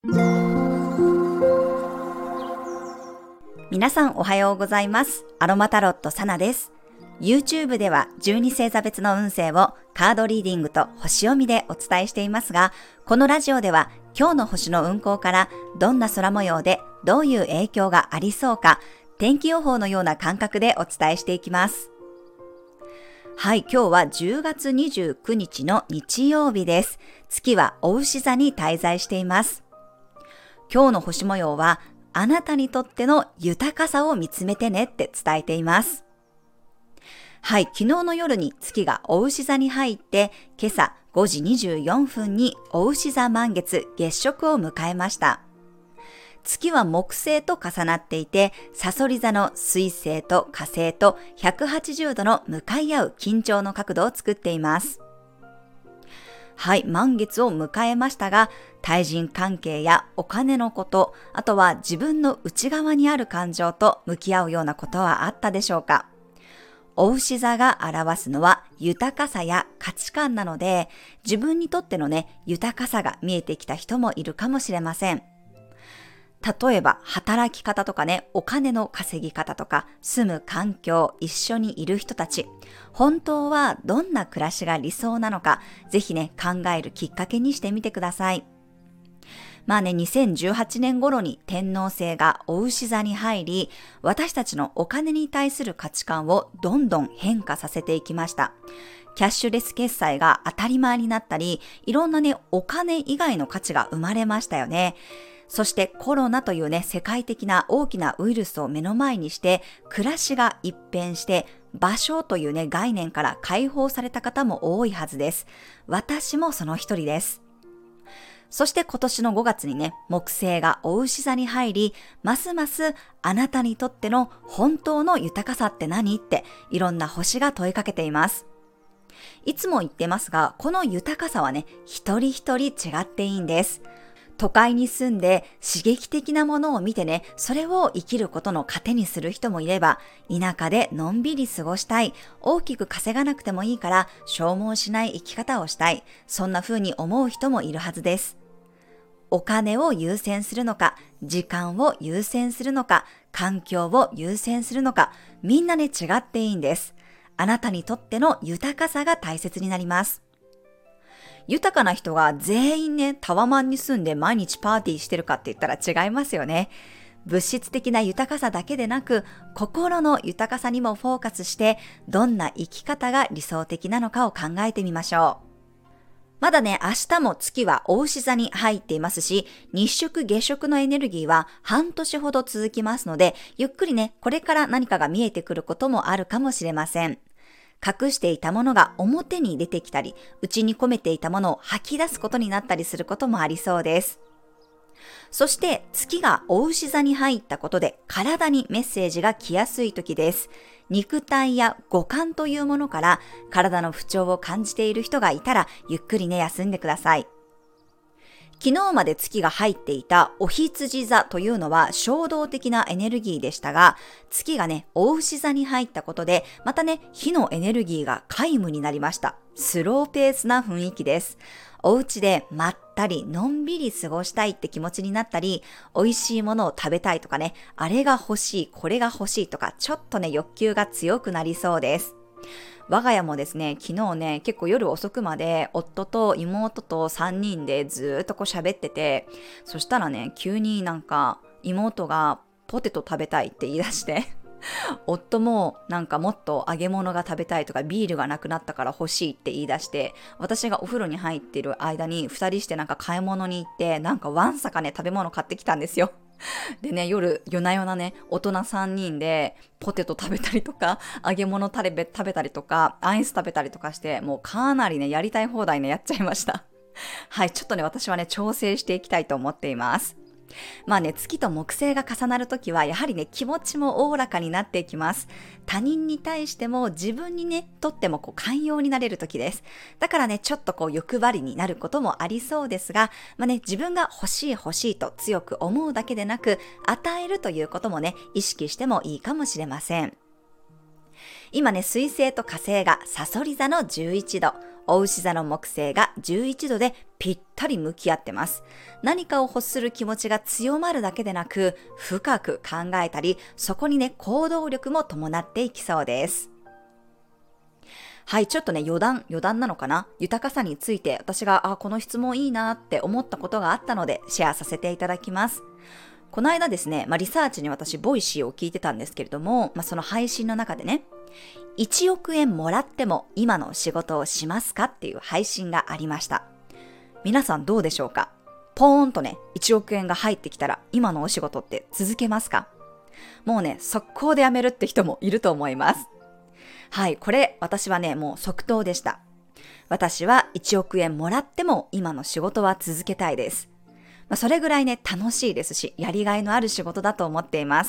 皆さんおはようございます。アロマタロットサナです。YouTube では12星座別の運勢をカードリーディングと星読みでお伝えしていますが、このラジオでは今日の星の運行からどんな空模様でどういう影響がありそうか、天気予報のような感覚でお伝えしていきます。はい、今日は10月29日の日曜日です。月は牡牛座に滞在しています。今日の星模様はあなたにとっての豊かさを見つめてねって伝えています。はい、昨日の夜に月が牡牛座に入って、今朝5時24分に牡牛座満月月食を迎えました。月は木星と重なっていて、蠍座の水星と火星と180度の向かい合う緊張の角度を作っています。はい、満月を迎えましたが、対人関係やお金のこと、あとは自分の内側にある感情と向き合うようなことはあったでしょうか。牡牛座が表すのは豊かさや価値観なので、自分にとっての豊かさが見えてきた人もいるかもしれません。例えば働き方とかお金の稼ぎ方とか、住む環境、一緒にいる人たち、本当はどんな暮らしが理想なのか、ぜひ考えるきっかけにしてみてください。2018年頃に天王星が牡牛座に入り、私たちのお金に対する価値観をどんどん変化させていきました。キャッシュレス決済が当たり前になったり、いろんなお金以外の価値が生まれましたよね。そしてコロナという世界的な大きなウイルスを目の前にして、暮らしが一変して、場所という概念から解放された方も多いはずです。私もその一人です。そして今年の5月に木星が牡牛座に入り、ますますあなたにとっての本当の豊かさって何っていろんな星が問いかけています。いつも言ってますが、この豊かさは一人一人違っていいんです。都会に住んで刺激的なものを見てそれを生きることの糧にする人もいれば、田舎でのんびり過ごしたい、大きく稼がなくてもいいから消耗しない生き方をしたい、そんな風に思う人もいるはずです。お金を優先するのか、時間を優先するのか、環境を優先するのか、みんな違っていいんです。あなたにとっての豊かさが大切になります。豊かな人が全員タワマンに住んで毎日パーティーしてるかって言ったら違いますよね。物質的な豊かさだけでなく、心の豊かさにもフォーカスして、どんな生き方が理想的なのかを考えてみましょう。まだ明日も月は牡牛座に入っていますし、日食月食のエネルギーは半年ほど続きますので、ゆっくりこれから何かが見えてくることもあるかもしれません。隠していたものが表に出てきたり、内に込めていたものを吐き出すことになったりすることもありそうです。そして月が牡牛座に入ったことで体にメッセージが来やすい時です。肉体や五感というものから体の不調を感じている人がいたら、ゆっくり休んでください。昨日まで月が入っていたお羊座というのは衝動的なエネルギーでしたが、月が牡牛座に入ったことで、また火のエネルギーが皆無になりました。スローペースな雰囲気です。お家でまったりのんびり過ごしたいって気持ちになったり、美味しいものを食べたいとかあれが欲しい、これが欲しいとか、ちょっと欲求が強くなりそうです。我が家もですね、昨日結構夜遅くまで夫と妹と3人でずっと喋ってて、そしたら急に妹がポテト食べたいって言い出して夫ももっと揚げ物が食べたいとか、ビールがなくなったから欲しいって言い出して、私がお風呂に入っている間に2人して買い物に行って、わんさか食べ物買ってきたんですよ。で夜な夜な大人3人でポテト食べたりとか、揚げ物食べたりとか、アイス食べたりとかして、もうかなりやりたい放題やっちゃいました。はい、ちょっと私は調整していきたいと思っています。月と木星が重なるときはやはり気持ちもおおらかになっていきます。他人に対しても自分にとっても寛容になれるときです。だからちょっと欲張りになることもありそうですが、自分が欲しいと強く思うだけでなく、与えるということも意識してもいいかもしれません。今水星と火星が蠍座の11度、 牡牛座の木星が11度でぴったり向き合ってます。何かを欲する気持ちが強まるだけでなく、深く考えたり、そこにね、行動力も伴っていきそうです。はい、ちょっとね、余談なのかな？豊かさについて私が、この質問いいなって思ったことがあったので、シェアさせていただきます。この間ですね、リサーチに私、ボイシーを聞いてたんですけれども、その配信の中でね、1億円もらっても今の仕事をしますかっていう配信がありました。皆さんどうでしょうか？ポーンとね、1億円が入ってきたら今のお仕事って続けますか？もうね、速攻で辞めるって人もいると思います。はい、これ私はね、もう即答でした。私は1億円もらっても今の仕事は続けたいです。それぐらいね、楽しいですし、やりがいのある仕事だと思っています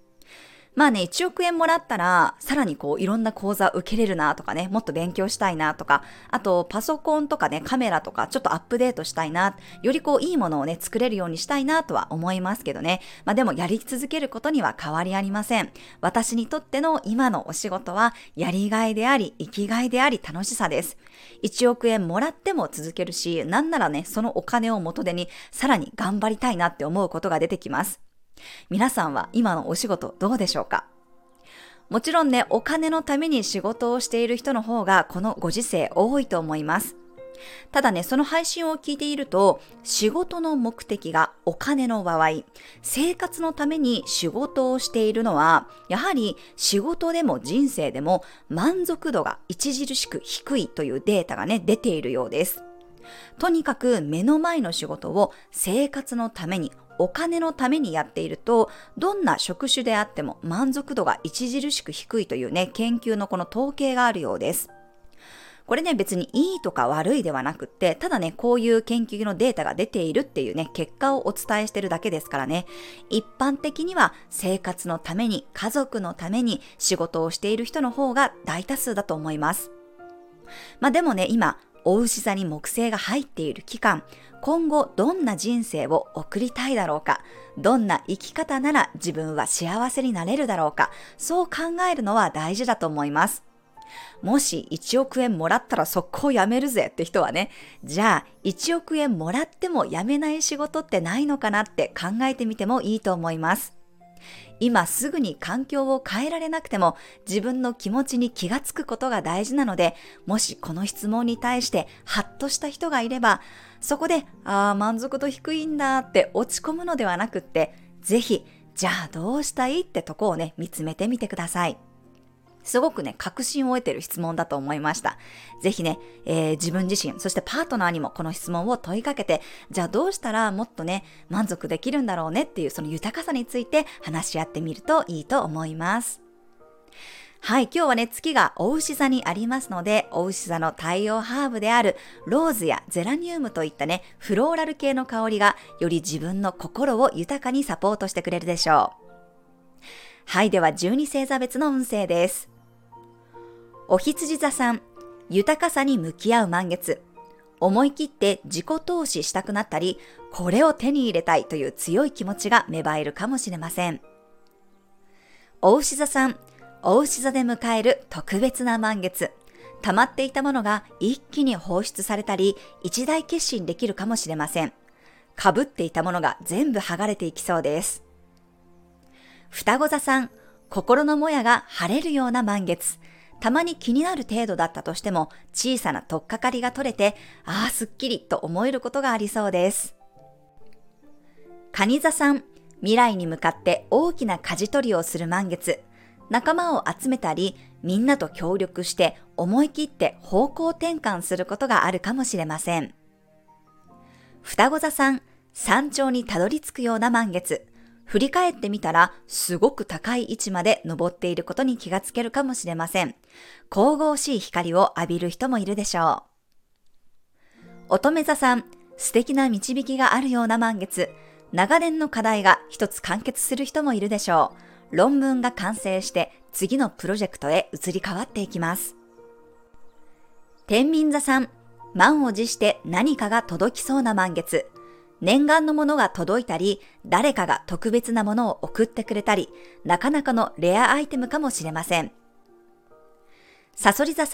。1億円もらったら、さらにいろんな講座受けれるなとかね、もっと勉強したいなとか、あとパソコンとかね、カメラとかちょっとアップデートしたいな、よりいいものをね、作れるようにしたいなとは思いますけどね。でもやり続けることには変わりありません。私にとっての今のお仕事は、やりがいであり、生きがいであり、楽しさです。1億円もらっても続けるし、なんならね、そのお金を元手に、さらに頑張りたいなって思うことが出てきます。皆さんは今のお仕事どうでしょうか？もちろんね、お金のために仕事をしている人の方がこのご時世多いと思います。ただね、その配信を聞いていると、仕事の目的がお金の場合、生活のために仕事をしているのは、やはり仕事でも人生でも満足度が著しく低いというデータがね、出ているようです。とにかく目の前の仕事を生活のために、お金のためにやっていると、どんな職種であっても満足度が著しく低いというね、研究のこの統計があるようです。これね、別にいいとか悪いではなくって、ただね、こういう研究のデータが出ているっていうね、結果をお伝えしてるだけですからね、一般的には生活のために、家族のために仕事をしている人の方が大多数だと思います。でもね、今、牡牛座に木星が入っている期間、今後どんな人生を送りたいだろうか、どんな生き方なら自分は幸せになれるだろうか、そう考えるのは大事だと思います。もし1億円もらったら速攻辞めるぜって人はね、じゃあ1億円もらっても辞めない仕事ってないのかなって考えてみてもいいと思います。今すぐに環境を変えられなくても自分の気持ちに気がつくことが大事なので、もしこの質問に対してハッとした人がいれば、そこで満足度低いんだって落ち込むのではなくって、ぜひじゃあどうしたいってとこをね、見つめてみてください。すごくね、確信を得ている質問だと思いました。ぜひね、自分自身、そしてパートナーにもこの質問を問いかけて、じゃあどうしたらもっとね、満足できるんだろうねっていうその豊かさについて話し合ってみるといいと思います。はい、今日はね、月が牡牛座にありますので、牡牛座の太陽ハーブであるローズやゼラニウムといったね、フローラル系の香りがより自分の心を豊かにサポートしてくれるでしょう。はい、では12星座別の運勢です。お羊座さん、豊かさに向き合う満月。思い切って自己投資したくなったり、これを手に入れたいという強い気持ちが芽生えるかもしれません。お牛座さん、お牛座で迎える特別な満月。溜まっていたものが一気に放出されたり、一大決心できるかもしれません。かぶっていたものが全部剥がれていきそうです。双子座さん、心のもやが晴れるような満月。たまに気になる程度だったとしても、小さな取っかかりが取れて、すっきりと思えることがありそうです。蟹座さん、未来に向かって大きな舵取りをする満月。仲間を集めたり、みんなと協力して思い切って方向転換することがあるかもしれません。双子座さん、山頂にたどり着くような満月。振り返ってみたら、すごく高い位置まで登っていることに気がつけるかもしれません。神々しい光を浴びる人もいるでしょう。乙女座さん、素敵な導きがあるような満月。長年の課題が一つ完結する人もいるでしょう。論文が完成して次のプロジェクトへ移り変わっていきます。天秤座さん、満を持して何かが届きそうな満月。念願のものが届いたり、誰かが特別なものを送ってくれたり、なかなかのレアアイテムかもしれません。蠍座さん、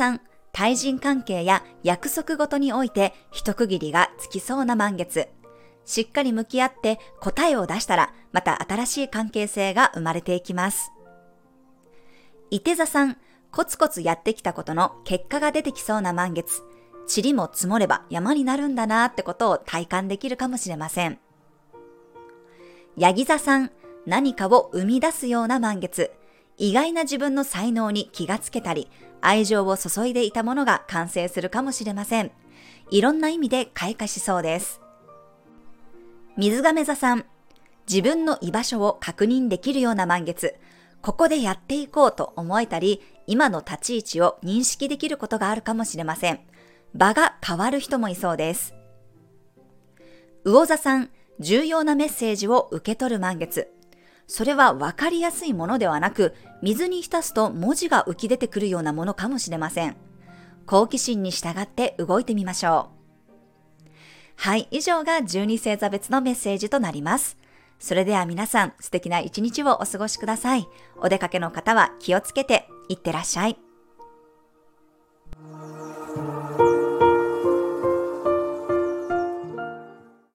対人関係や約束事において一区切りがつきそうな満月。しっかり向き合って答えを出したら、また新しい関係性が生まれていきます。いて座さん、コツコツやってきたことの結果が出てきそうな満月。塵も積もれば山になるんだなってことを体感できるかもしれません。ヤギ座さん、何かを生み出すような満月。意外な自分の才能に気がつけたり、愛情を注いでいたものが完成するかもしれません。いろんな意味で開花しそうです。水亀座さん、自分の居場所を確認できるような満月。ここでやっていこうと思えたり、今の立ち位置を認識できることがあるかもしれません。場が変わる人もいそうです。魚座さん、重要なメッセージを受け取る満月。それは分かりやすいものではなく、水に浸すと文字が浮き出てくるようなものかもしれません。好奇心に従って動いてみましょう。はい、以上が12星座別のメッセージとなります。それでは皆さん、素敵な一日をお過ごしください。お出かけの方は気をつけていってらっしゃい。